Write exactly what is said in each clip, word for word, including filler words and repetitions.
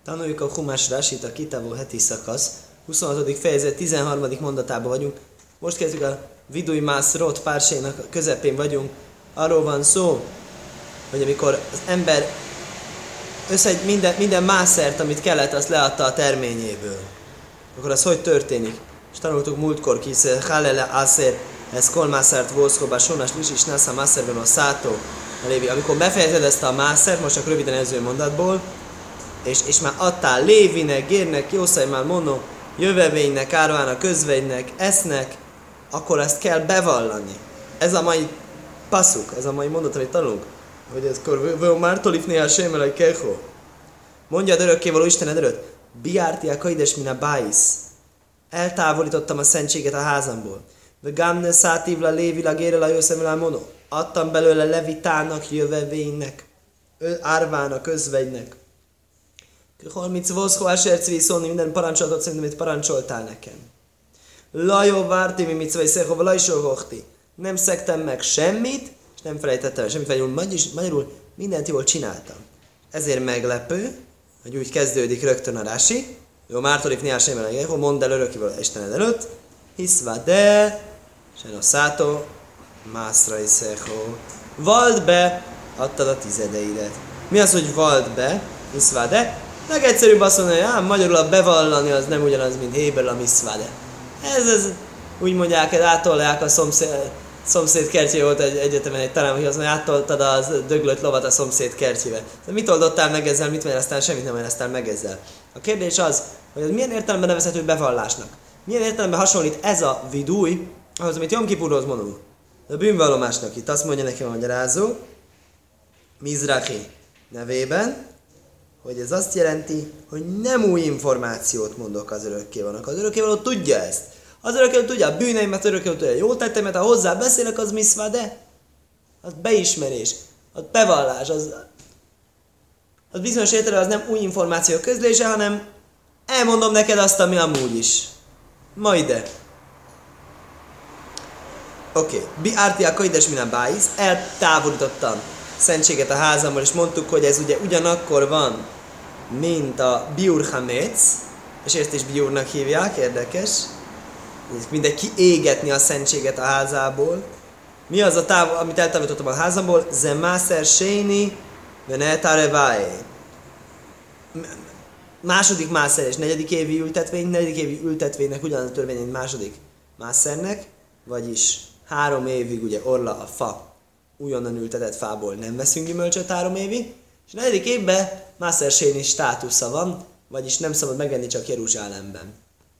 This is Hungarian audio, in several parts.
Tanuljuk a Humás Rásit, a Kitávó heti szakasz, huszonhatodik fejezet, tizenharmadik mondatában vagyunk. Most kezdjük a Vidui Mászrot pársainak a közepén vagyunk. Arról van szó, hogy amikor az ember összegy minden, minden mászert, amit kellett, azt leadta a terményéből. Akkor az hogy történik? És tanultuk múltkor ki, hogy Halele Aser, ez kol mászert vószkóba, sonás lisis násza mászerben a szátó. Amikor befejezed ezt a mászert, most csak röviden előző mondatból, és, és már adtál Lévinek, Gérnek, Jószajmál, Mono, jövevénynek, árvának, közvegynek, esznek, akkor ezt kell bevallani. Ez a mai passzuk, ez a mai mondat, amit tanulunk. Hogy ez kor, már tolifné a sémelaj keho. Mondja az örökkévaló Istened előtt, biárti a kaides min a báisz. Eltávolítottam a szentséget a házamból. Vegamne szátívla lévila gérela Jószajmál, Mono. Adtam belőle levitának, jövevénynek, árvának, közvegynek. Hol mit szvózho asercvi szólni, minden parancsolatot szerint, amit parancsoltál nekem. Lajó várti, mi mit szvai széhova, lajsóhohti. Nem szektem meg semmit, és nem felejtettem el semmit, vagy magyarul mindent jól csináltam. Ezért meglepő, hogy úgy kezdődik rögtön a rási. Jó, Mártolif néha semmi legyen, mondd el örökkévaló Istened előtt. Hiszva de, sen a szátó, mászra is széhó. Vald be, adtad a tizedeidet. Mi az, hogy vald be, hiszva de? Legegyszerűbb azt mondani, hogy magyarul a bevallani az nem ugyanaz, mint Héber a miszváde. Ez, ez úgy mondják, hogy áttolják a szomszéd, szomszéd kertjé volt egy egyetemen egy talán, hogy azt mondja, áttoltad a döglött lovat a szomszéd kertjébe. De mit oldottál meg ezzel, mit magyaráztál, semmit nem magyaráztál meg ezzel. A kérdés az, hogy ez milyen értelemben nevezhető bevallásnak. Milyen értelemben hasonlít ez a vidúj, ahhoz, amit Jom Kipurhoz mondunk. A bűnvallomásnak itt azt mondja neki a magyarázó, Mizrahi nevében, hogy ez azt jelenti, hogy nem új információt mondok az örökkévalónak. Az örökkévaló tudja ezt. Az örökkévaló tudja a bűneimet, az örökkévaló tudja a jó tettemet, ha hozzá beszélek, az miszvá, de az beismerés, az bevallás, az, az bizonyos értelemben az nem új információ közlése, hanem elmondom neked azt, ami amúgy is. Ma ide. Oké. Okay. Bi árti a kaides min a báisz, eltávolítottam szentséget a házamból, és mondtuk, hogy ez ugye ugyanakkor van, mint a biur hametz, és ezt is biurnak hívják, érdekes. Mindegy kiégetni a szentséget a házából. Mi az a táv, amit eltávolítottam a házamból? Ze máser séni, venetareváé. Második máser és negyedik évi ültetvény, negyedik évi ültetvénynek ugyanaz a törvény, mint második mászernek, vagyis három évig ugye orla a fa, újonnan ültetett fából nem veszünk gyümölcsöt három évig, és a negyedik évben Máser Séni státusza van, vagyis nem szabad megenni csak Jeruzsálemben.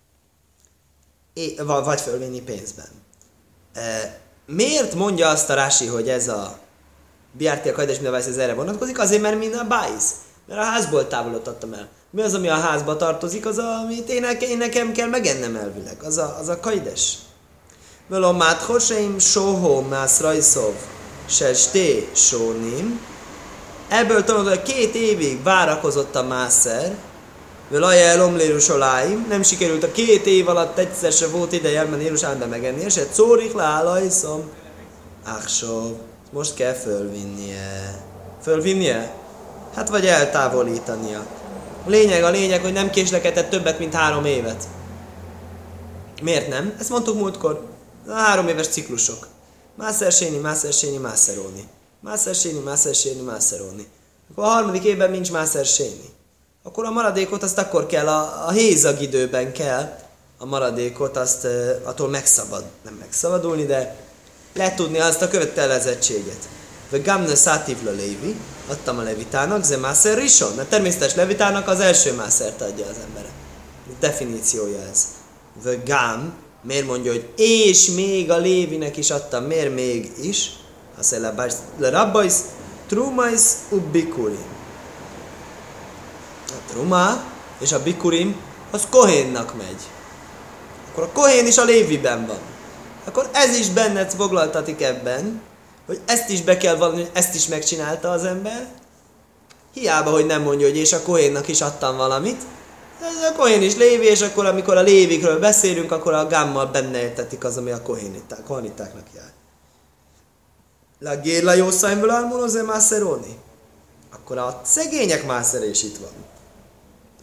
É, vagy fölvenni pénzben. E, miért mondja azt a Rási, hogy ez a Biárti a kaides min a báisz, ez erre vonatkozik? Azért, mert minden a báisz. Mert a házból távolodtattam el. Mi az, ami a házba tartozik? Az, amit én, én nekem kell megennem elvileg. Az a, az a kaides. Velom máthoseim sohó mász rajszov. Se sté sónim. Ebből tanulod, hogy két évig várakozott a mászer, velaja elomlérusoláim, nem sikerült a két év alatt egyszer se volt ideje elmenni Jeruzsálembe megenni, és egy szórik lálajszom. Áksov, most kell fölvinnie. Fölvinnie? Hát vagy eltávolítania. A lényeg, a lényeg, hogy nem késlekedett többet, mint három évet. Miért nem? Ezt mondtuk múltkor. A három éves ciklusok. Máser séni, máser séni, mászeróni. Máser séni, máser séni, mászeróni. Akkor a harmadik évben nincs máser séni. Akkor a maradékot azt akkor kell, a, a hézag időben kell a maradékot azt uh, attól megszabad, nem megszabadulni, de letudni azt a követelezettséget. Vagy gamne szátívla lévi, adtam a levitának, ze máser rison. Mert természetes levitának az első mászert adja az embere. A definíciója ez. Vagy gám, miért mondja, hogy és még a Lévinek is adtam, miért még is? Azt mondja, le rabbais, trumais u bikurim. A truma és a bikurim, az Kohénnak megy. Akkor a Kohén is a Léviben van. Akkor ez is benned foglaltatik ebben, hogy ezt is be kell vallani, hogy ezt is megcsinálta az ember. Hiába, hogy nem mondja, hogy és a Kohénnak is adtam valamit. Ez a Kohén is Lévi, és akkor amikor a Lévikről beszélünk, akkor a gámmal benne értetik az, ami a kohenitáknak jár. La gérla jószájmből almonozé mászeróni? Akkor a szegények mászerés itt van.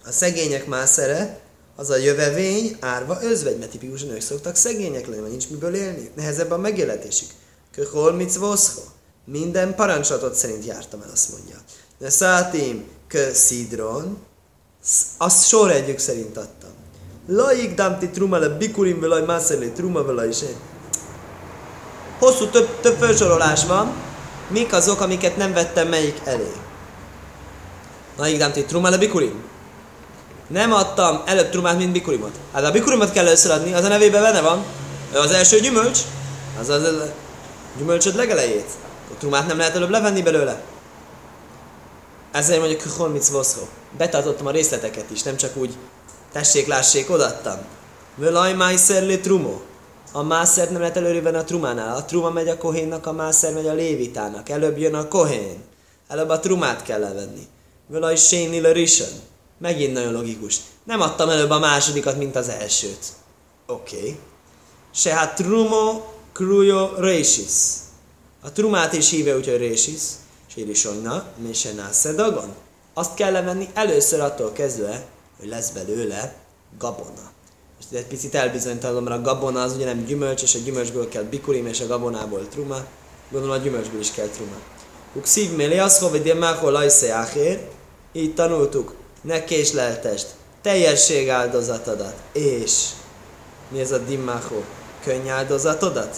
A szegények mászere, az a jövevény, árva, özvegy, mert tipikusan ők szoktak szegények lenni, mert nincs miből élni. Nehezebb a megélhetésük. Köhol micvószho. Minden parancsolatot szerint jártam el, azt mondja. De szátim kö szidron, azt sorrendjük szerint adtam. Laik damti truma le bikurim velaj mászerli truma velaj is. Hosszú több, több felsorolás van, mik azok, amiket nem vettem melyik elé. Laik damti truma le bikurim. Nem adtam előbb trumát, mint bikurimot. Hát a bikurimot kell először adni, az a nevében benne van. Az első gyümölcs, az az a gyümölcsöd legelejét. A trumát nem lehet előbb levenni belőle. Ezért mondjuk, hogy hol mit szvoszho. Betartottam a részleteket is, nem csak úgy tessék, lássék, odattam. Völaj májszerli trumo. A mászert nem lehet előre venni a trumánál. A truma megy a kohénnak, a mászer megy a lévitának. Előbb jön a kohén. Előbb a trumát kell levenni. Völaj séni le risen. Megint nagyon logikus. Nem adtam előbb a másodikat, mint az elsőt. Oké. Okay. Se hát trumo krujo résis. A trumát is hívja úgy, hogy résis. Sérisonyna, mése násze dagon. Azt kell levenni először attól kezdve, hogy lesz belőle gabona. Most egy picit elbizonytalom, mert a gabona az ugye nem gyümölcs, és a gyümölcsből kell bikurim, és a gabonából truma. Gondolom a gyümölcsből is kell truma. Uk szív méli az, hogy diamáhol lajsze áhér. Így tanultuk. Ne késleltest, teljesség áldozatodat, és mi ez a dimmáhó? Könny áldozatodat?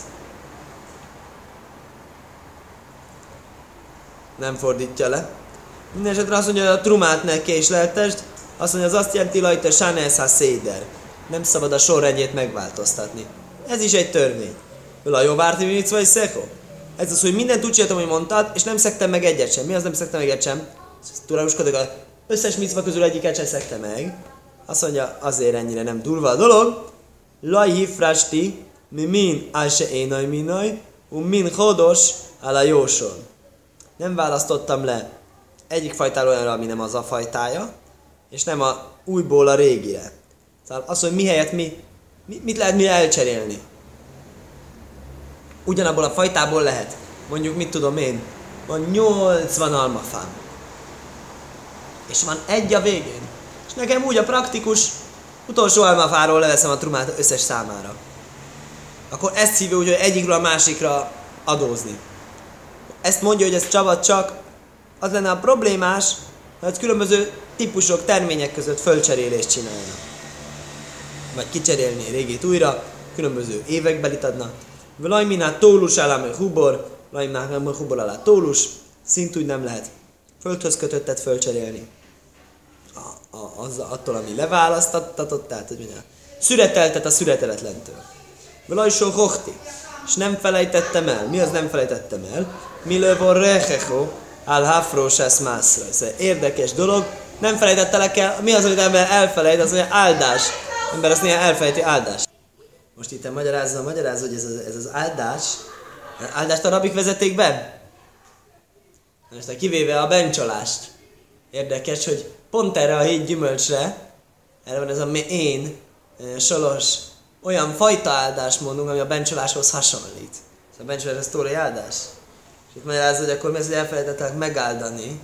Nem fordítja le. Mindenesetre azt mondja, hogy a trumát ne késleltest, azt mondja, az azt jelenti, hogy te sánes ha széder. Nem szabad a sorrendjét megváltoztatni. Ez is egy törvény. Völa jó várti mit vagy szeko? Ez az, hogy mindent úgy csináltam, hogy mondtad, és nem szektem meg egyet sem. Mi az nem szektem meg egyet sem? Tudámuskodok, az összes micva közül egyiket sem szekte meg. Azt mondja, azért ennyire nem durva a dolog. Laj hifrasti, mi min al se énaj minaj, u min hodos ala jóson. Nem választottam le egyik fajtáról olyanra, ami nem az a fajtája, és nem a újból a régire. Szóval az, hogy mihelyett mi, mi, mit lehet mi elcserélni. Ugyanabból a fajtából lehet. Mondjuk, mit tudom én, van nyolcvan almafám. És van egy a végén. És nekem úgy a praktikus, utolsó almafáról leveszem a trumát összes számára. Akkor ezt hívja úgy, hogy egyikről a másikra adózni. Ezt mondja, hogy ez Csaba csak az lenne a problémás, hogy különböző típusok, termények között fölcserélést csinálna. Vagy kicserélni régét újra, különböző évekbelit adna. Vlajminát tólus alá meg hubor, vlajminát meg hubor alá tólus, szint úgy nem lehet földhöz kötöttet fölcserélni. A, a, az, attól, ami leválasztatott, tehát hogy mondja, szüreteltet a szüreteletlentől. Vlajsó hochti, és nem felejtettem el. Mi az nem felejtettem el? Milövor rechecho al hafrós esz mászra. Ez érdekes dolog. Nem felejtettelek el. Mi az, amit ember elfelejt? Az mondja áldás. Ember azt néha elfelejti áldás. Most itt magyarázza, magyarázza, hogy ez az, ez az áldás. Áldást a rabik vezették be. Most kivéve a bencsolást. Érdekes, hogy pont erre a hét gyümölcsre, erre van ez a én, solos, olyan fajta áldást mondunk, ami a bencsoláshoz hasonlít. Ez a bencsolás az tórai áldás. És itt magyarázza, hogy akkor mi az, hogy elfelejtettek megáldani.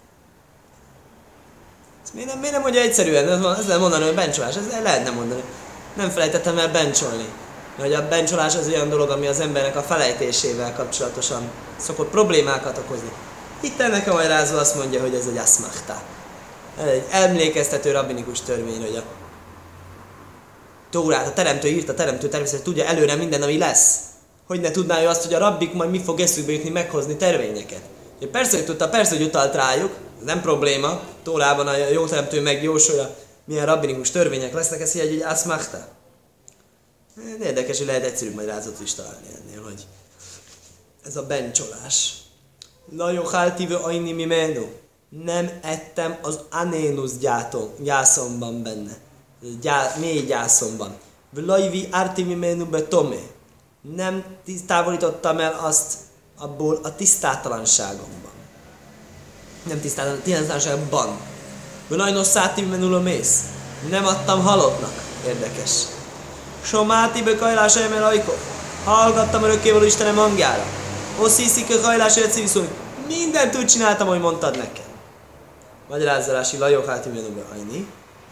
Ezt miért nem, miért nem mondja egyszerűen? Ez lehet mondani, hogy bencsolás. Ez lehetne mondani. Nem felejtettem el bencsolni. Mert a bencsolás az olyan dolog, ami az embernek a felejtésével kapcsolatosan szokott problémákat okozni. Itt ennek a magyarázó azt mondja, hogy ez egy aszmachta. Ez egy emlékeztető rabbinikus törvény, hogy a Tórát, a teremtő írt, a teremtő természetesen tudja előre minden, ami lesz. Hogy ne tudná ő azt, hogy a rabbik majd mi fog eszükbe jutni meghozni törvényeket. Persze, hogy tudta, persze, hogy utalt rájuk, ez nem probléma. Tórában a jó teremtő megjósolja, milyen rabbinikus törvények lesznek, ez egy aszmachta. Érdekes, hogy lehet egyszerűbb magyarázatot is találni ennél, hogy ez a bencsolás. Lajó háltívő ajni mi menő. Nem ettem az anénusz gyászomban benne. Gyá, mély gyászomban. Vlajvi árti mi menő betomé. Nem távolítottam el azt abból a tisztátalanságomban. Nem tisztátalanságban. Vlajnos száti mi menő mész. Nem adtam halottnak. Érdekes. Somáti be kajlásai ajkó. Hallgattam örökkévaló Istenem hangjára. Osziszik a hajlásai szívszói. Mindent úgy csináltam, hogy mondtad nekem. Magyarázzalási lajok háti menőbe ajni.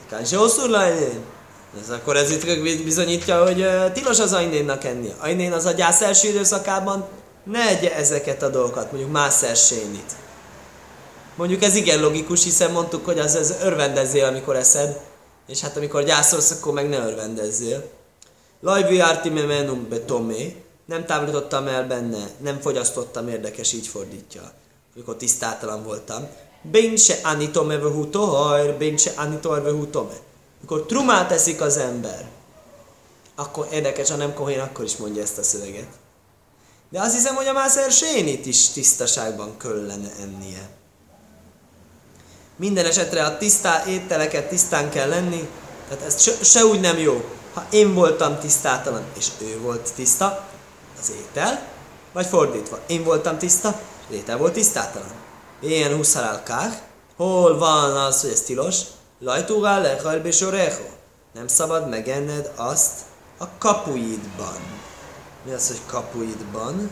Kánse oszur lajnén. Ez akkor ez itt bizonyítja, hogy uh, tilos az ajnénnak ennie. Ajnén az a gyász első időszakában ne egye ezeket a dolgokat, mondjuk mászer sénit. Mondjuk ez igen logikus, hiszen mondtuk, hogy az, az örvendezzél, amikor eszed, és hát amikor gyászolsz, akkor meg ne örvendezzél. Lajvi árti memenum betomé, nem távolítottam el benne, nem fogyasztottam, érdekes, így fordítja, amikor tisztátalan voltam. Bén se anitome vehu tohajr, bén se anitome vehu tome. Mikor trumát eszik az ember, akkor érdekes, ha nem kohén, akkor is mondja ezt a szöveget. De azt hiszem, hogy a mászer sénit is tisztaságban kellene ennie. Minden esetre a tisztá ételeket tisztán kell lenni, tehát ez se, se úgy nem jó. Ha én voltam tisztátalan, és ő volt tiszta, az étel, vagy fordítva, én voltam tiszta, az étel volt tisztátalan. Ilyen huszarálkák, hol van az, hogy ez tilos? Lajtúrál lehajl besorecho. Nem szabad megenned azt a kapuidban. Mi az, hogy kapuidban?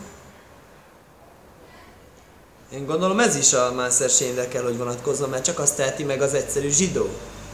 Én gondolom ez is a mászersényre kell, hogy vonatkozzon, mert csak azt teheti meg az egyszerű zsidó.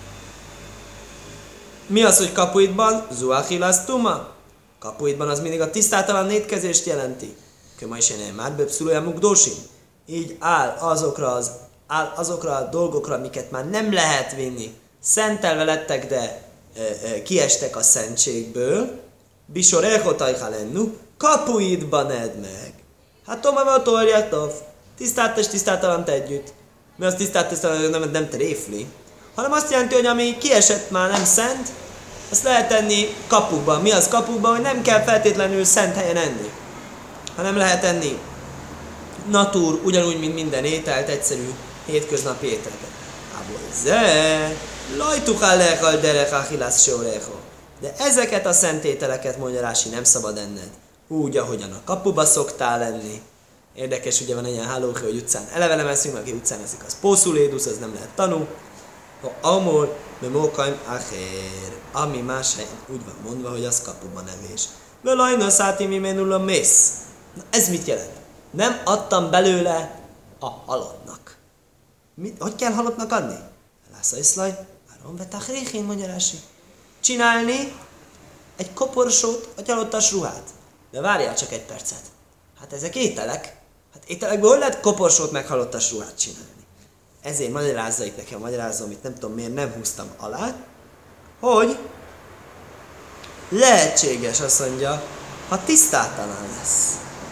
Mi az, hogy kapuidban? Zuachilas tuma. Kapuidban az mindig a tisztátalan étkezést jelenti. Köma is én már bepszulója mugdósim. Így áll azokra, az, áll azokra a dolgokra, amiket már nem lehet vinni. Szentelve lettek, de e, e, kiestek a szentségből. Bisor elhotajhalennu. Kapuidban edd meg. Hát tomava torjatov. Tisztát és tisztátalant együtt. Mert az tisztát tisztátalant nem, nem tréfli. Hanem azt jelenti, hogy ami kiesett már nem szent, azt lehet enni kapukban. Mi az kapukban? Hogy nem kell feltétlenül szent helyen enni. Hanem lehet enni natúr, ugyanúgy, mint minden ételt, egyszerű hétköznapi ételeket. Ábolze, lajtuchál lechal derechachilás sorecho. De ezeket a szent ételeket, mondja Rási, nem szabad enned. Úgy, ahogyan a kapuba szoktál enni. Érdekes, ugye van egy ilyen hálóka, hogy utcán eleve nem eszünk, aki utcán eszik, az pószulédusz, az nem lehet tanul. Ha amor, me mókaim achér. Ami más helyen úgy van mondva, hogy az kapuban evés. Velajna száti mi menula mész. Na ez mit jelent? Nem adtam belőle a halottnak. Mit? Hogy kell halottnak adni? Lásza iszlaj, áron vetach réhén, mondja Rási. Csinálni egy koporsót, a halottas ruhát. De várjál csak egy percet. Hát ezek ételek. Hát ételekből hogy lehet koporsót meg halottas ruhát csinálni? Ezért magyarázza itt nekem, magyarázom, amit nem tudom miért nem húztam alá, hogy lehetséges, azt mondja, ha tisztátalan lesz.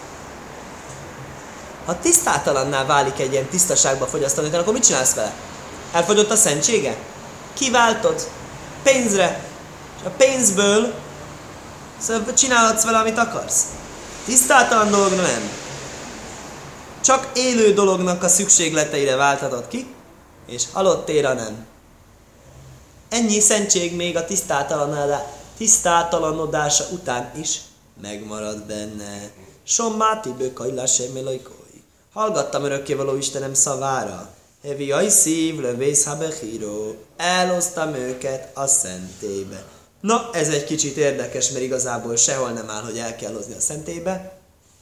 Ha tisztátalanná válik egy ilyen tisztaságba fogyasztani, akkor mit csinálsz vele? Elfogyott a szentsége? Kiváltod pénzre, és a pénzből szóval csinálhatsz vele, amit akarsz. Tisztátalan dolog nem. Csak élő dolognak a szükségleteire váltatod ki, és halottéra nem. Ennyi szentség még a tisztátalaноdása után is megmarad benne. Sommáti bőkajlá semmelajkói. Hallgattam örökkévaló Istenem szavára. Hevi aj szív, lövész habechíró. Elhoztam őket a szentélybe. Na, ez egy kicsit érdekes, mert igazából sehol nem áll, hogy el kell hozni a szentélybe,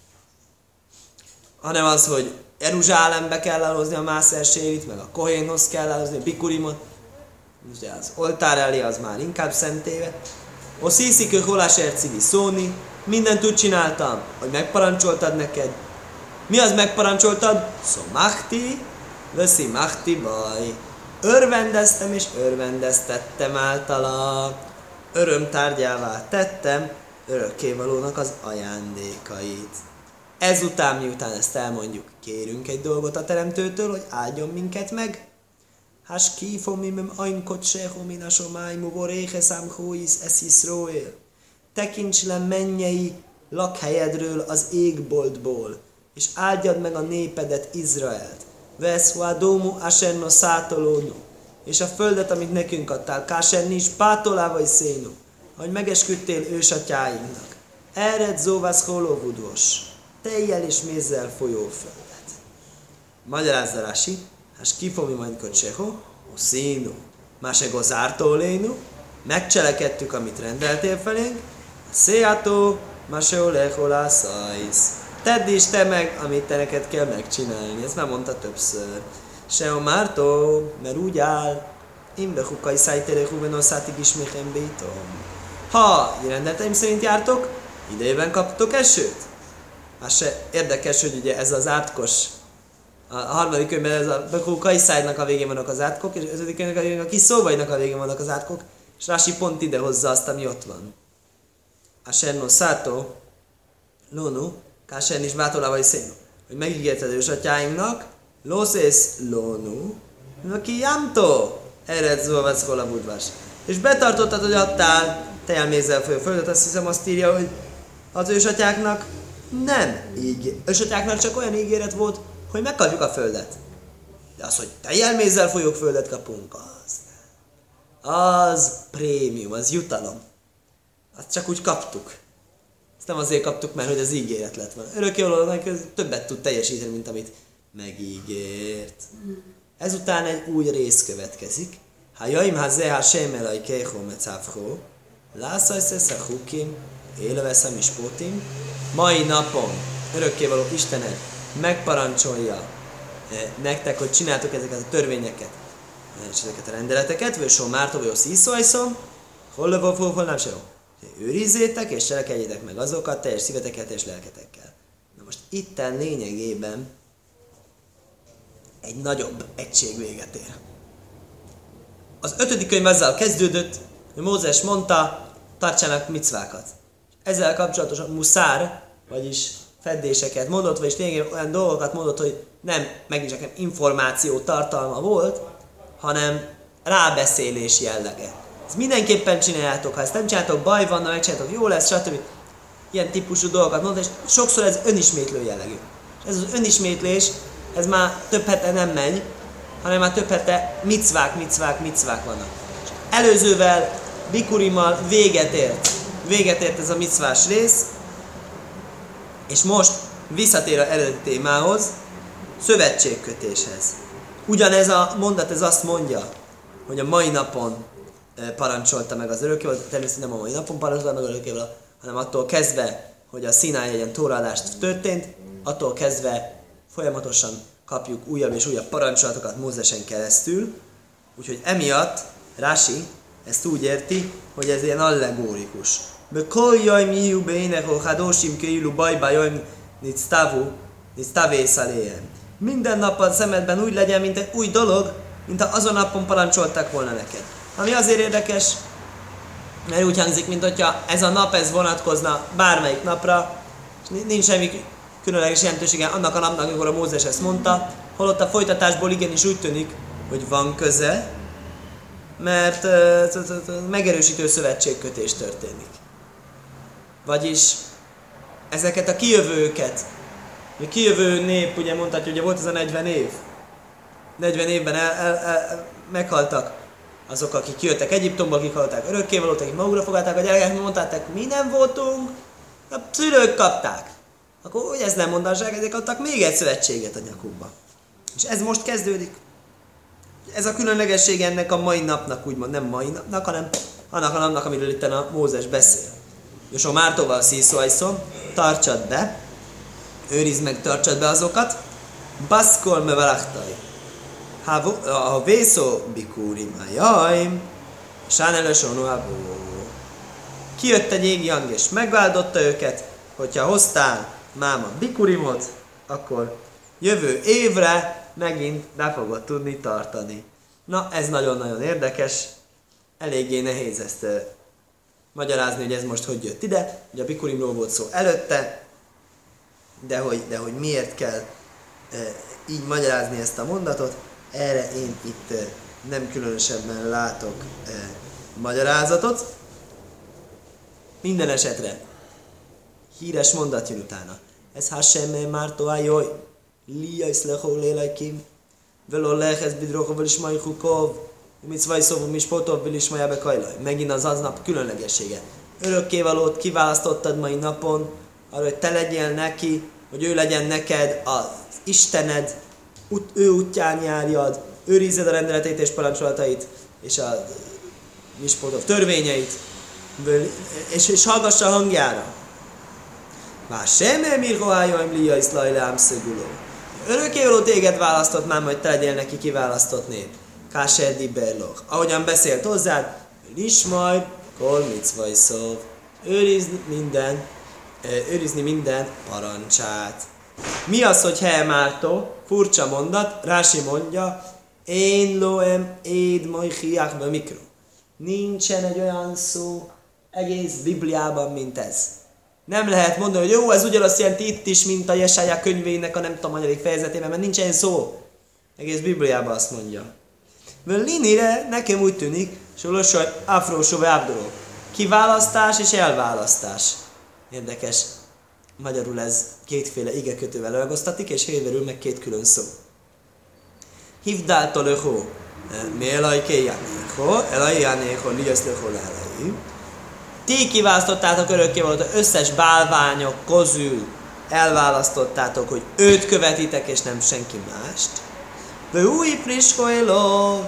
hanem az, hogy Jeruzsálembe kell elhozni a mászersérit, meg a Kohénhoz kell elhozni a Bikurimot, ugye az oltár elé az már inkább szentélybe. Oszíszik ő holás ercivi szóni, mindent úgy csináltam, hogy megparancsoltad neked. Mi az megparancsoltad? Szomachti, veszi machti baj. Örvendeztem és örvendeztettem általa. Örömtárgyává tettem örökkévalónak az ajándékait. Ezután, miután ezt elmondjuk, kérünk egy dolgot a Teremtőtől, hogy áldjon minket meg. Hás kifomimem ajnkot sehomin asomájmu boréheszám hóisz esz Iszróél. Tekints le mennyei lakhelyedről az égboltból, és áldjad meg a népedet, Izraelt. Vesz huadómu asenno szátolónu. És a földet, amit nekünk adtál, kásen is pátolávai szénu, hogy megesküdtél ősatyáinknak. Ered zóvász holóvudvos, tejjel és mézzel folyó földet. Magyarázza Rási, hát kifomi majd köcseho, o színu, másego zártólénu, megcselekedtük, amit rendeltél felénk, széjátó, máseo leholászajsz. Tedd is te meg, amit te neked kell megcsinálni. Ezt már mondta többször. Seo mártó, mert úgy áll, Imbe hukai szájtere huvenoszátig ismétlem bétom. Ha rendelteim szerint jártok, idejében kaptok esőt. Az se érdekes, hogy ugye ez az átkos, a harmadik könyvben ez a hukai szájnak a végén vannak az átkok, és az ötödik könyvnek a végén a kis szóvainak a végén vannak az átkok, és Rási pont ide hozza azt, ami ott van. Asher no szátó, lónu, kásher is bátolával is szénu. Hogy megígérted ősatyáinknak, lószész lónu, aki jámtó, ered zolvac hol a budvás. És betartottad, hogy adtál tejelmézzel folyó földet, azt hiszem azt írja, hogy az ősatyáknak nem így. Ősatyáknak csak olyan ígéret volt, hogy megkapjuk a földet. De az, hogy tejelmézzel folyó földet kapunk, az az prémium, az jutalom. Azt csak úgy kaptuk. Ezt nem azért kaptuk, mert hogy az ígéret lett volna. Örökkévalónak többet tud teljesíteni, mint amit megígért. Ezután egy új rész következik. Ha jaim ha ze ha sem elai keicho mecávho, lászaj szesz a hukim, éleveszem is pótim. Mai napon örökkévaló Istened megparancsolja nektek, hogy csináltok ezeket a törvényeket, és ezeket a rendeleteket, vagy so mártó, vagy sziszóajszom, hol lövő, hol nem sem. Őrizzétek és cselekedjétek meg azokat teljes szívetekkel és lelketekkel. Na most itten lényegében egy nagyobb egység véget ér. Az ötödik könyv azzal kezdődött, hogy Mózes mondta, tartsanak micvákat. Ezzel kapcsolatosan muszár, vagyis feddéseket mondott, vagyis lényegében olyan dolgokat mondott, hogy nem megint csak információ tartalma volt, hanem rábeszélés jellege. Ezt mindenképpen csináljátok, ha ezt nem csináltok, baj van, megcsináltok, jó lesz, stb. Ilyen típusú dolgokat mondta, és sokszor ez önismétlő jellegű. És ez az önismétlés, ez már több hete nem megy, hanem már több hete micvák, micvák, micvák vannak. És előzővel, bikurimmal véget ért. Véget ért ez a micvás rész, és most visszatér az eredeti témához, szövetségkötéshez. Ugyanez a mondat, ez azt mondja, hogy a mai napon parancsolta meg az örökkévaló, természetesen nem a mai napon parancsolta meg az örökkévaló, hanem attól kezdve, hogy a Szináj egyen tóraadást történt, attól kezdve folyamatosan kapjuk újabb és újabb parancsolatokat Mózesen keresztül, úgyhogy emiatt Rási ezt úgy érti, hogy ez ilyen allegórikus. Bekol jaj mi hiú béneho hadosim kéjülú bajba jaj nitztavu nitztavész aléjem. Minden nap a szemedben úgy legyen, mint egy új dolog, mint ha azon napon parancsoltak volna neked. Ami azért érdekes, mert úgy hangzik, mint hogyha ez a nap ez vonatkozna bármelyik napra, és nincs semmi különleges jelentősége annak a napnak, amikor a Mózes ezt mondta, holott a folytatásból igenis úgy tűnik, hogy van köze, mert uh, megerősítő szövetségkötés történik. Vagyis ezeket a kijövőket, a kijövő nép, ugye mondhatja, hogy volt ez a negyven év, negyven évben el, el, el, meghaltak azok, akik kijöttek Egyiptomból, akik halták örökkévalót, akik magukra fogadták a gyerekek, mondták, mi nem voltunk, a szülők kapták. Akkor hogy ez nem mondaság, ezek adtak még egy szövetséget a nyakukba. És ez most kezdődik. Ez a különlegesség ennek a mai napnak, úgymond nem mai napnak, hanem annak a napnak, amiről itt a Mózes beszél. És a Mártóval szíszóajszom, tartsad be, őrizd meg, tartsad be azokat, baszkol me valachtaj. Ha vészó bikurim ajaim, sánelösonú abó. Kijött egy égi hang és megváldotta őket, hogyha hoztál máma bikurimot, akkor jövő évre megint be fogod tudni tartani. Na, ez nagyon-nagyon érdekes, eléggé nehéz ezt uh, magyarázni, hogy ez most hogy jött ide. Ugye a bikurimról volt szó előtte, de hogy, de hogy miért kell uh, így magyarázni ezt a mondatot, erre én itt uh, nem különösebben látok uh, magyarázatot. Minden esetre híres mondat jön utána. Ez Hashem mártó ájjaj, Lia iszlechó lélajkim, velo lehez bidrochó velismai hukov, mitzvai szóvú mispotov velismajábe kajlaj. Megint az aznap különlegessége. Örökkévalót kiválasztottad mai napon, arra, hogy te legyél neki, hogy ő legyen neked az Istened, ut- ő útján járjad, őrizzed a rendeleteit és parancsolatait, és a mispotov törvényeit, és, és hallgassa a hangjára. Már semmi mirhoájaim lia iszlajlám szöguló. Örökkévaló téged választott már, hogy te legyél neki kiválasztott nép. Káser diberloch. Ahogyan beszélt hozzád, Lismaj, kol mitzvai szó. Őrizni minden, őrizni minden parancsát. Mi az, hogy heemártó? Furcsa mondat, Rási mondja, én loem éd majd hiákba mikro. Nincsen egy olyan szó egész Bibliában, mint ez. Nem lehet mondani, hogy jó, ez ugyanazt jelenti itt is, mint a Jesája könyvének a nem tudom, manyadik fejezetében, mert nincs ilyen szó. Egész Bibliában azt mondja. Linire nekem úgy tűnik, hogy afrósó vagy abdoló. Kiválasztás és elválasztás. Érdekes. Magyarul ez kétféle igekötővel ragasztatik, és hétverül meg két külön szó. Hivdáltól öhó. Mi elajké jánéhó, elaj jánéhó, liasz löhó lálai. Ti kiválasztottátok örökkévalót az összes bálványok közül, elválasztottátok, hogy őt követitek, és nem senki mást. De új priskojlov,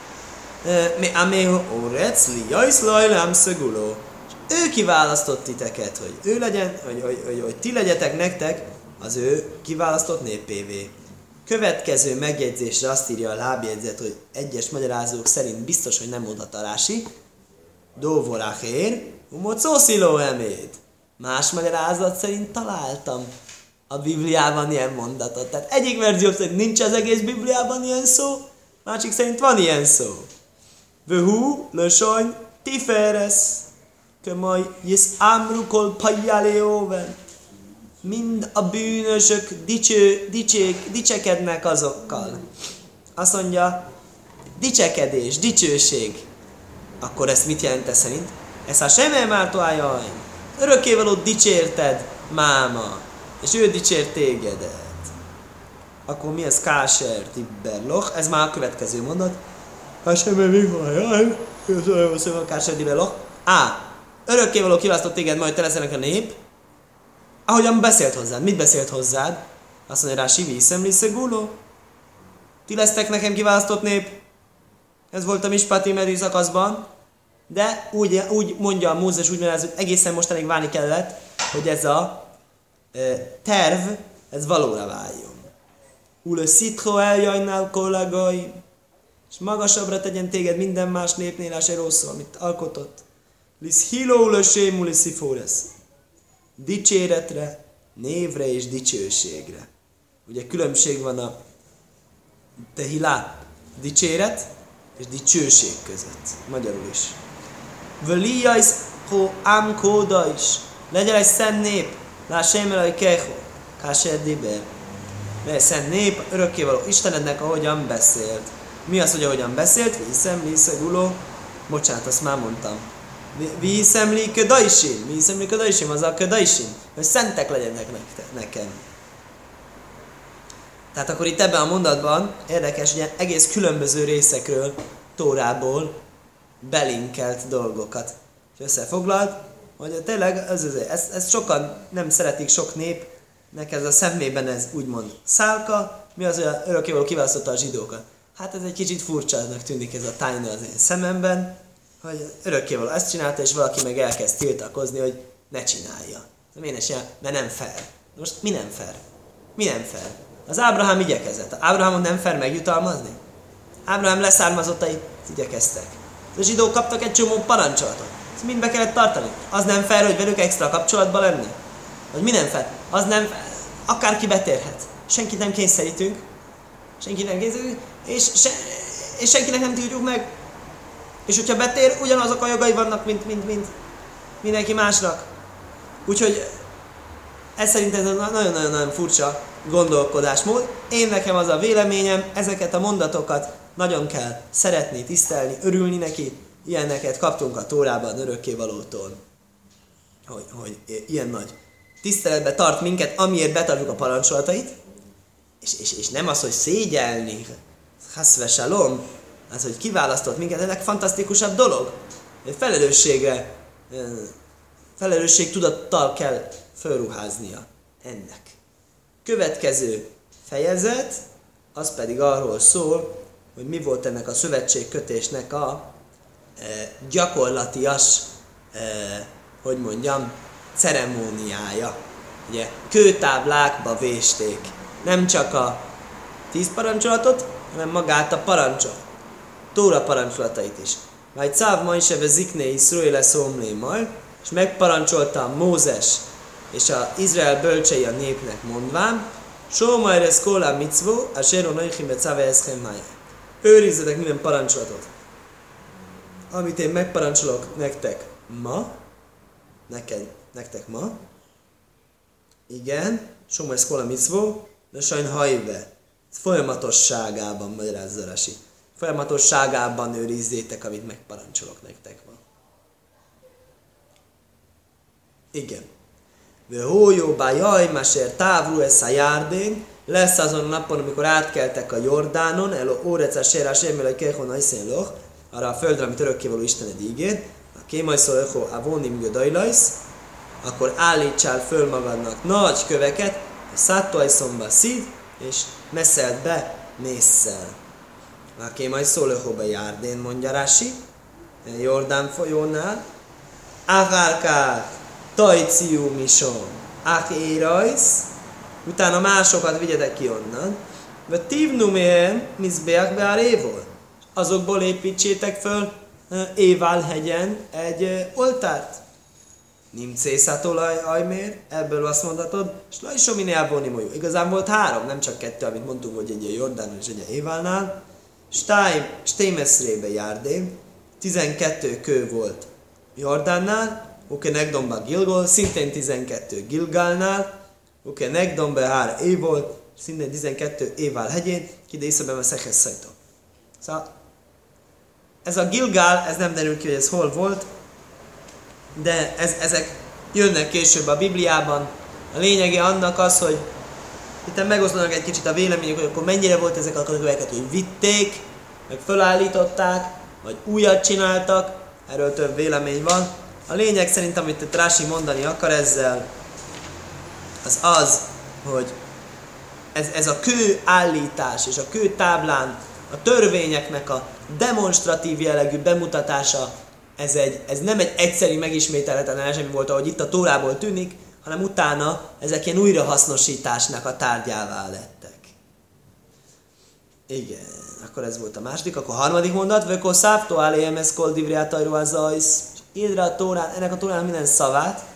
mi amého órec, liajsz lajlám szöguló. És ő kiválasztott titeket, hogy ő legyen, hogy, hogy, hogy, hogy ti legyetek nektek az ő kiválasztott népévé. Következő megjegyzésre azt írja a lábjegyzet, hogy egyes magyarázók szerint biztos, hogy nem mondhat a Rási. Dóvoráhér, umocósziló eméd. Más magyarázat szerint találtam a Bibliában ilyen mondatot. Tehát egyik verzió szerint nincs az egész Bibliában ilyen szó, másik szerint van ilyen szó. Vöhú, lösony, tiferesz, kömaj, jisz ámrukol pajjáléóven. Mind a bűnösök dicső, dicsék, dicsekednek azokkal. Azt mondja, dicsekedés, dicsőség. Akkor ezt mit jelent ez szerint? Ez a semmi mártóájaj. Örökkévalót dicsérted, máma. És ő dicsért tégedet. Akkor mi ez? Káser dibberloch. Ez már a következő mondat. A semmi mártóájaj. Káser dibberloch. Á, örökkévaló kiválasztott téged, majd te leszel a nép. Ahogyan beszélt hozzád. Mit beszélt hozzád? Azt mondja rá, sivi szemli szeguló. Ti lesztek nekem kiválasztott nép. Ez volt a Mispati medő szakaszban. De úgy, úgy mondja a Mózes, úgy mondja, hogy egészen mostanig várni kellett, hogy ez a e, terv, ez valóra váljon. Ule szitho eljajnál kollagai, és magasabbra tegyen téged minden más népnél, a serószó, amit alkotott. Lisz hiló ule sémuli szifóresz. Dicséretre, névre és dicsőségre. Ugye különbség van a tehilá, dicséret és dicsőség között. Magyarul is. Völijajsz ho ám kóda is. Legyen egy szent nép. Lássém el, hogy keho. Káser diber. Mely szent nép, örökkévaló Istenednek, ahogyan beszélt. Mi az, hogy ahogyan beszélt? Vízemli szeguló. Bocsánat, azt már mondtam. Vízemli ködaisin. Vízemli ködaisin, az a ködaisin. Hogy szentek legyenek nekem. Tehát akkor itt ebben a mondatban érdekes, hogy egész különböző részekről, Tórából belinkelt dolgokat. És összefoglalt, hogy tényleg ez, ez, ez, ez sokan nem szeretik, sok népnek ez a szemében ez úgymond szálka, mi az, hogy örökkévaló kiválasztotta a zsidókat. Hát ez egy kicsit furcsának tűnik ez a tájna az én szememben, hogy örökkévaló ezt csinálta, és valaki meg elkezd tiltakozni, hogy ne csinálja. Miért ne csinálja? Mert nem fair. Most mi nem fair? Mi nem fair? Az Ábrahám igyekezett. Ábrahámot nem fair megjutalmazni? Ábrahám leszármazottai igyekeztek. A zsidók kaptak egy csomó parancsolatot. Ezt mind be kellett tartani. Az nem fair, hogy velük extra kapcsolatban lenni? Vagy mi nem fair? Az nem fair. Akárki betérhet. Senkit nem kényszerítünk. Senkit nem kényszerítünk. És, se, és senkinek nem tiltjuk meg. És hogyha betér, ugyanazok a jogai vannak, mint, mint, mint mindenki másnak. Úgyhogy ez szerint ez nagyon-nagyon furcsa gondolkodásmód. Én nekem az a véleményem, ezeket a mondatokat nagyon kell szeretni, tisztelni, örülni neki. Ilyeneket kaptunk a Tórában örökkévalótól. Hogy, hogy ilyen nagy tiszteletbe tart minket, amiért betartjuk a parancsolatait. És, és, és nem az, hogy szégyelni. Haszve salom. Az, hogy kiválasztott minket, ez a legfantasztikusabb dolog. Felelősségre, felelősségtudattal kell fölruháznia ennek. Következő fejezet, az pedig arról szól, hogy mi volt ennek a szövetségkötésnek a e, gyakorlatias, e, hogy mondjam, ceremóniája. Ugye, kőtáblákba vésték nem csak a tíz parancsolatot, hanem magát a parancsot. Tóra parancsolatait is. Majd Cáv Majseve Zikné Iszruéle Szomlé majd, és megparancsolta Mózes és az Izrael bölcsei a népnek mondván, Sómajresz kólá micvó, a séronaichime cáve eszhem májá. Őrizzetek minden parancsolatot, amit én megparancsolok nektek ma, neked, nektek ma. Igen, Sómajresz kólá micvó, de sajn hajve. Folyamatosságában magyarázza Rasi. Folyamatosságában őrizzétek, amit megparancsolok nektek ma. Igen. Hójóbá jaj, másér távú ez a járdén, lesz azon a napon, amikor átkeltek a Jordánon, el órecás sérás émele kehon ajszénloch, arra a földre, amit örökkévaló Istened ígér, a kémajszolechó avonim gödajlajsz, akkor állítsál föl magadnak nagy köveket, a száttuajszomba szíd, és messzeld be mésszel. A kémajszolechóba járdén, mondja Rási, Jordán folyónál, Áhárkák, Tajciú mison, ach érajsz, utána másokat vigyetek ki onnan, vagy tívnumén, mizbeach beár évol. Azokból építsétek föl Évál hegyen egy oltárt. Nimcészától ajmér, ebből azt mondhatod, és lajsominé elvonimolyó. Igazán volt három, nem csak kettő, amit mondtunk, hogy egy a Jordánon és egy a Éválnál. Stémeszrébe járdén, tizenkettő kő volt Jordánnál, Oké, Negdomba Gilgol, szintén tizenkettő Gilgálnál, Oké, Negdomba hár Évol, szintén tizenkettő Évál hegyén, ide észabben a Szekhez Szajtó. Szóval ez a Gilgál, ez nem derül ki, hogy ez hol volt, de ez, ezek jönnek később a Bibliában. A lényege annak az, hogy itt megoszlanak egy kicsit a vélemények, hogy akkor mennyire volt ezek a köveket, hogy vitték, meg fölállították, vagy újat csináltak, erről több vélemény van. A lényeg szerint, amit itt Rási mondani akar ezzel, az az, hogy ez, ez a kő állítás és a kő táblán a törvényeknek a demonstratív jellegű bemutatása, ez, egy, ez nem egy egyszerű megismételhetetlen esemény volt, ahogy itt a Tórából tűnik, hanem utána ezek ilyen újrahasznosításnak a tárgyává lettek. Igen, akkor ez volt a második, akkor a harmadik mondat, Vöko szávtó áléjem ez kol divriátajró az ajsz. Írd a Tórán, ennek a Tórán minden szavát,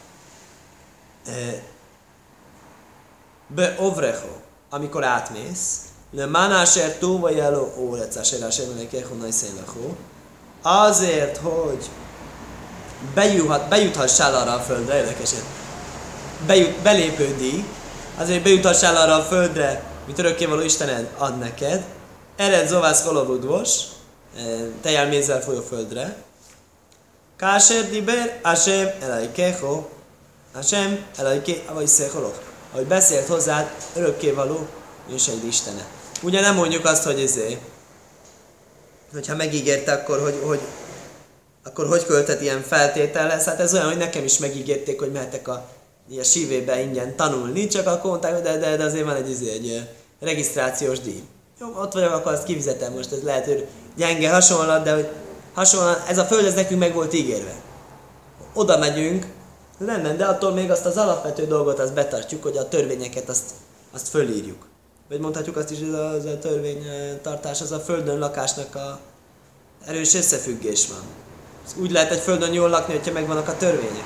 be ovrecho, amikor átmész, le manáser tóva jeló órecás erás emelekehonai szénlechó, azért, hogy bejuthat, bejuthassál arra a földre, érdekesen, bejut, belépődi, azért, hogy bejuthassál arra a földre, mint örökkévaló Istened ad neked, ered zovász kolovudvos, te jár mézzel folyó földre, Kásher diber, Hashem elajkecho, Hashem elajke, vagy szécholok. Ahogy beszélt hozzád, örökkévaló őseid Istene. Ugye nem mondjuk azt, hogy ezé, hogyha megígérte, akkor hogy, hogy, akkor hogy költhet ilyen feltétellel. Hát ez olyan, hogy nekem is megígérték, hogy mehetek a, a sívébe ingyen tanulni, csak akkor mondták, de, de, de azért van egy, egy, egy regisztrációs díj. Jó, ott vagyok, akkor azt kifizetem most, ez lehet, hogy gyenge hasonlat, de hogy hasonlóan, ez a föld, ez nekünk meg volt ígérve. Oda megyünk, nem, nem, de attól még azt az alapvető dolgot azt betartjuk, hogy a törvényeket azt, azt fölírjuk. Vagy mondhatjuk azt is, hogy az a törvénytartás, az a földön lakásnak a erős összefüggés van. Úgy lehet egy földön jól lakni, hogyha megvannak a törvények.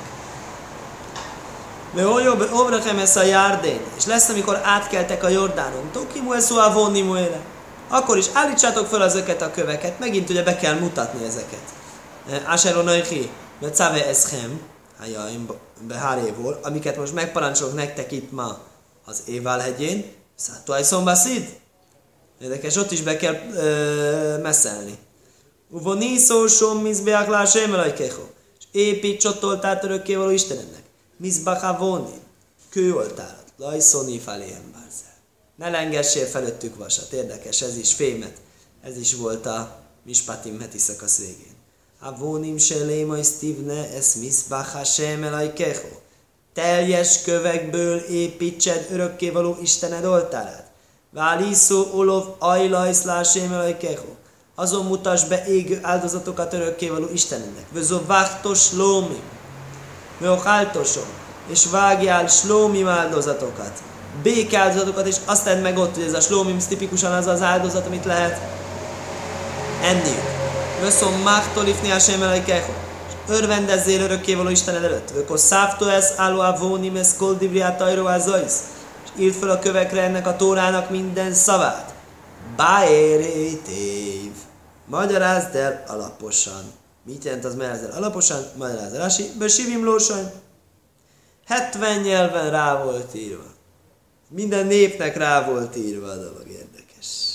De olyan obrachem ez a járdén, és lesz, amikor átkeltek a Jordánon. Tokimu eszó a vonni muére. Akkor is állítsátok fel ezeket a köveket, megint ugye be kell mutatni ezeket. Áseronaichi, de cáve eszhem, behárévól, amiket most megparancsolok nektek itt ma az Évál hegyén, Száttuaj szombaszid. Érdekes, ott is be kell ö, messzelni. Uvoniszó som mizbeach lásém elajkecho. És építs ott oltárt örökkévaló Istenednek. Mizbach avoni. Kőoltárat. Lajszoni faléhem bárzel. Ne lengessél felöttük vasat. Érdekes, ez is fémet. Ez is volt a Mispatim heti szakasz végén. Avonim selémaj sztivne es mizbach hashem elajkecho. Teljes kövekből építsed örökkévaló Istened oltárát. Váliszó olov ajlajsz lásém elajkecho. Azon mutass be égő áldozatokat örökkévaló Istenednek. Vözó vágtos lómi. Vöháltosom. És vágjál slómim áldozatokat. Bék áldozatokat, és azt tedd meg ott, hogy ez a slómim tipikusan az az áldozat, amit lehet enniük. Vöszom máhtolifni a semelejkeho. Örvendezzél örökkévaló Istened előtt. Vökor szávtó ez, álló a vónim ez, koldibriát ajró és írd fel a kövekre ennek a tórának minden szavát. Báérétév. Magyarázd el alaposan. Mit jelent az magyarázd el alaposan? Magyarázd el Rasi. Besivim lósany. hetven nyelven rá volt írva. Minden népnek rá volt írva a dolog. Érdekes.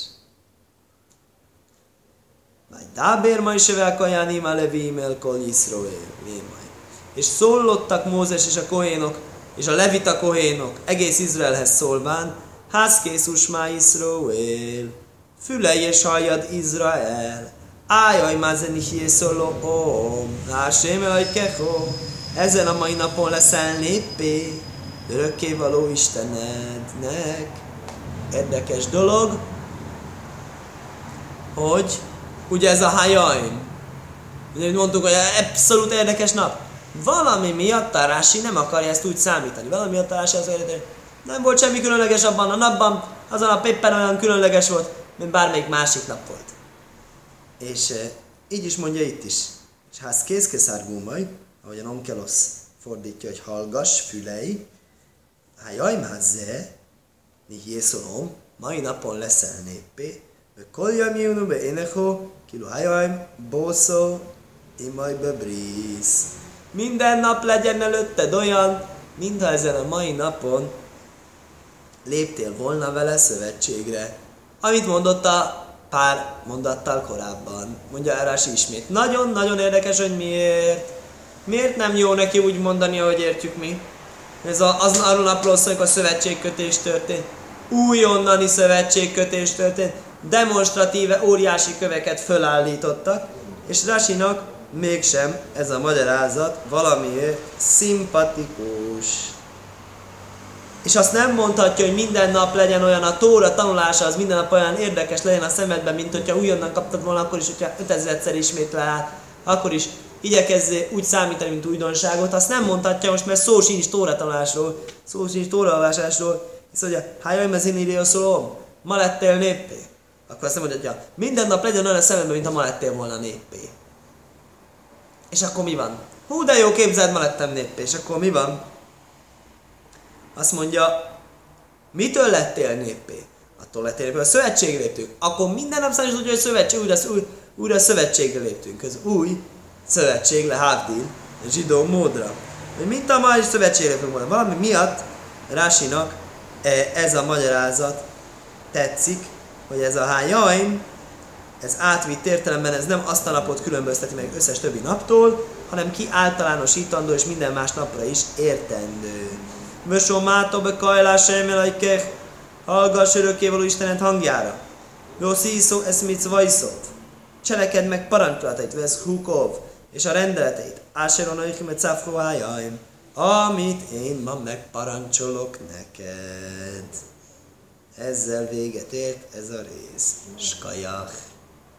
Majd dábér majd sevel kajánim a levim el kol Yisroel. És szólottak Mózes és a kohénok, és a levita kohénok egész Izraelhez szólván, házkész usmá Yisroel. Fülelj és halljad Izrael. Ájaj mázeni hiészoló om. Hásém elajkeho. Ezen a mai napon leszel néppé. Örökkévaló Istenednek. Érdekes dolog, hogy ugye ez a Hajaim. Ugye mondtuk, hogy abszolút érdekes nap. Valami miatt a Rási nem akarja ezt úgy számítani. Valami miatt a Rási az érdekes. Nem volt semmi különleges abban a napban. Az a nap éppen olyan különleges volt, mint bármelyik másik nap volt. És e, így is mondja itt is. És ház készkeszárgómaj, ahogy a Onkelosz fordítja, hogy hallgass, fülej. Hájaj, mázze, mi hiészolom, mai napon leszel néppé. Kolja miunu be énecho, kilo hájaj, bószó, imaj be bríz. Minden nap legyen előtted olyan, mintha ezen a mai napon léptél volna vele szövetségre. Amit mondott a pár mondattal korábban. Mondja Rási ismét. Nagyon-nagyon érdekes, hogy miért. Miért nem jó neki úgy mondani, ahogy értjük mi? Ez a, az arról napról szól, amikor a szövetségkötés történt. Újonnani szövetségkötés történt. Demonstratíve óriási köveket fölállítottak. És Rásinak mégsem ez a magyarázat valamiért szimpatikus. És azt nem mondhatja, hogy minden nap legyen olyan, a Tóra tanulása az minden nap olyan érdekes legyen a szemedben, mint hogyha újonnan kaptad volna, akkor is, hogyha ötezerszer ismétel, akkor is igyekezzél úgy számítani, mint újdonságot. Azt nem mondhatja most, mert szó sincs Tóra tanulásról, szó sincs Tóra olvasásról. Hisz mondja, hájaj mezin írja szólom, ma lettél néppé. Akkor azt nem mondhatja, minden nap legyen olyan a szemedben, mint ha ma lettél volna néppé. És akkor mi van? Hú, de jó, képzeld, ma lettem néppé. És akkor mi van? Azt mondja, mitől lettél néppé? Attól lettél néppé, a szövetségre léptünk. Akkor minden nap számít, hogy szövetség, újra, újra, újra szövetségre léptünk. Az új szövetség le Havdil, zsidó módra. Mint a mai szövetségre léptünk volna. Valami miatt Rásinak ez a magyarázat tetszik, hogy ez a hájaim, ez átvitt értelemben, ez nem azt a napot különbözteti meg összes többi naptól, hanem ki általánosítandó és minden más napra is értendő. Vösomátok be kajlás elmelajkech, hallgass örökkévaló Istenet hangjára. Jószíszó eszmic vajszov. Cselekedd meg parancsolatait, vesz hukov, és a rendeleteit. Áseron oichimet cáfroájaim, amit én ma megparancsolok neked. Ezzel véget ért ez a rész. Skajach.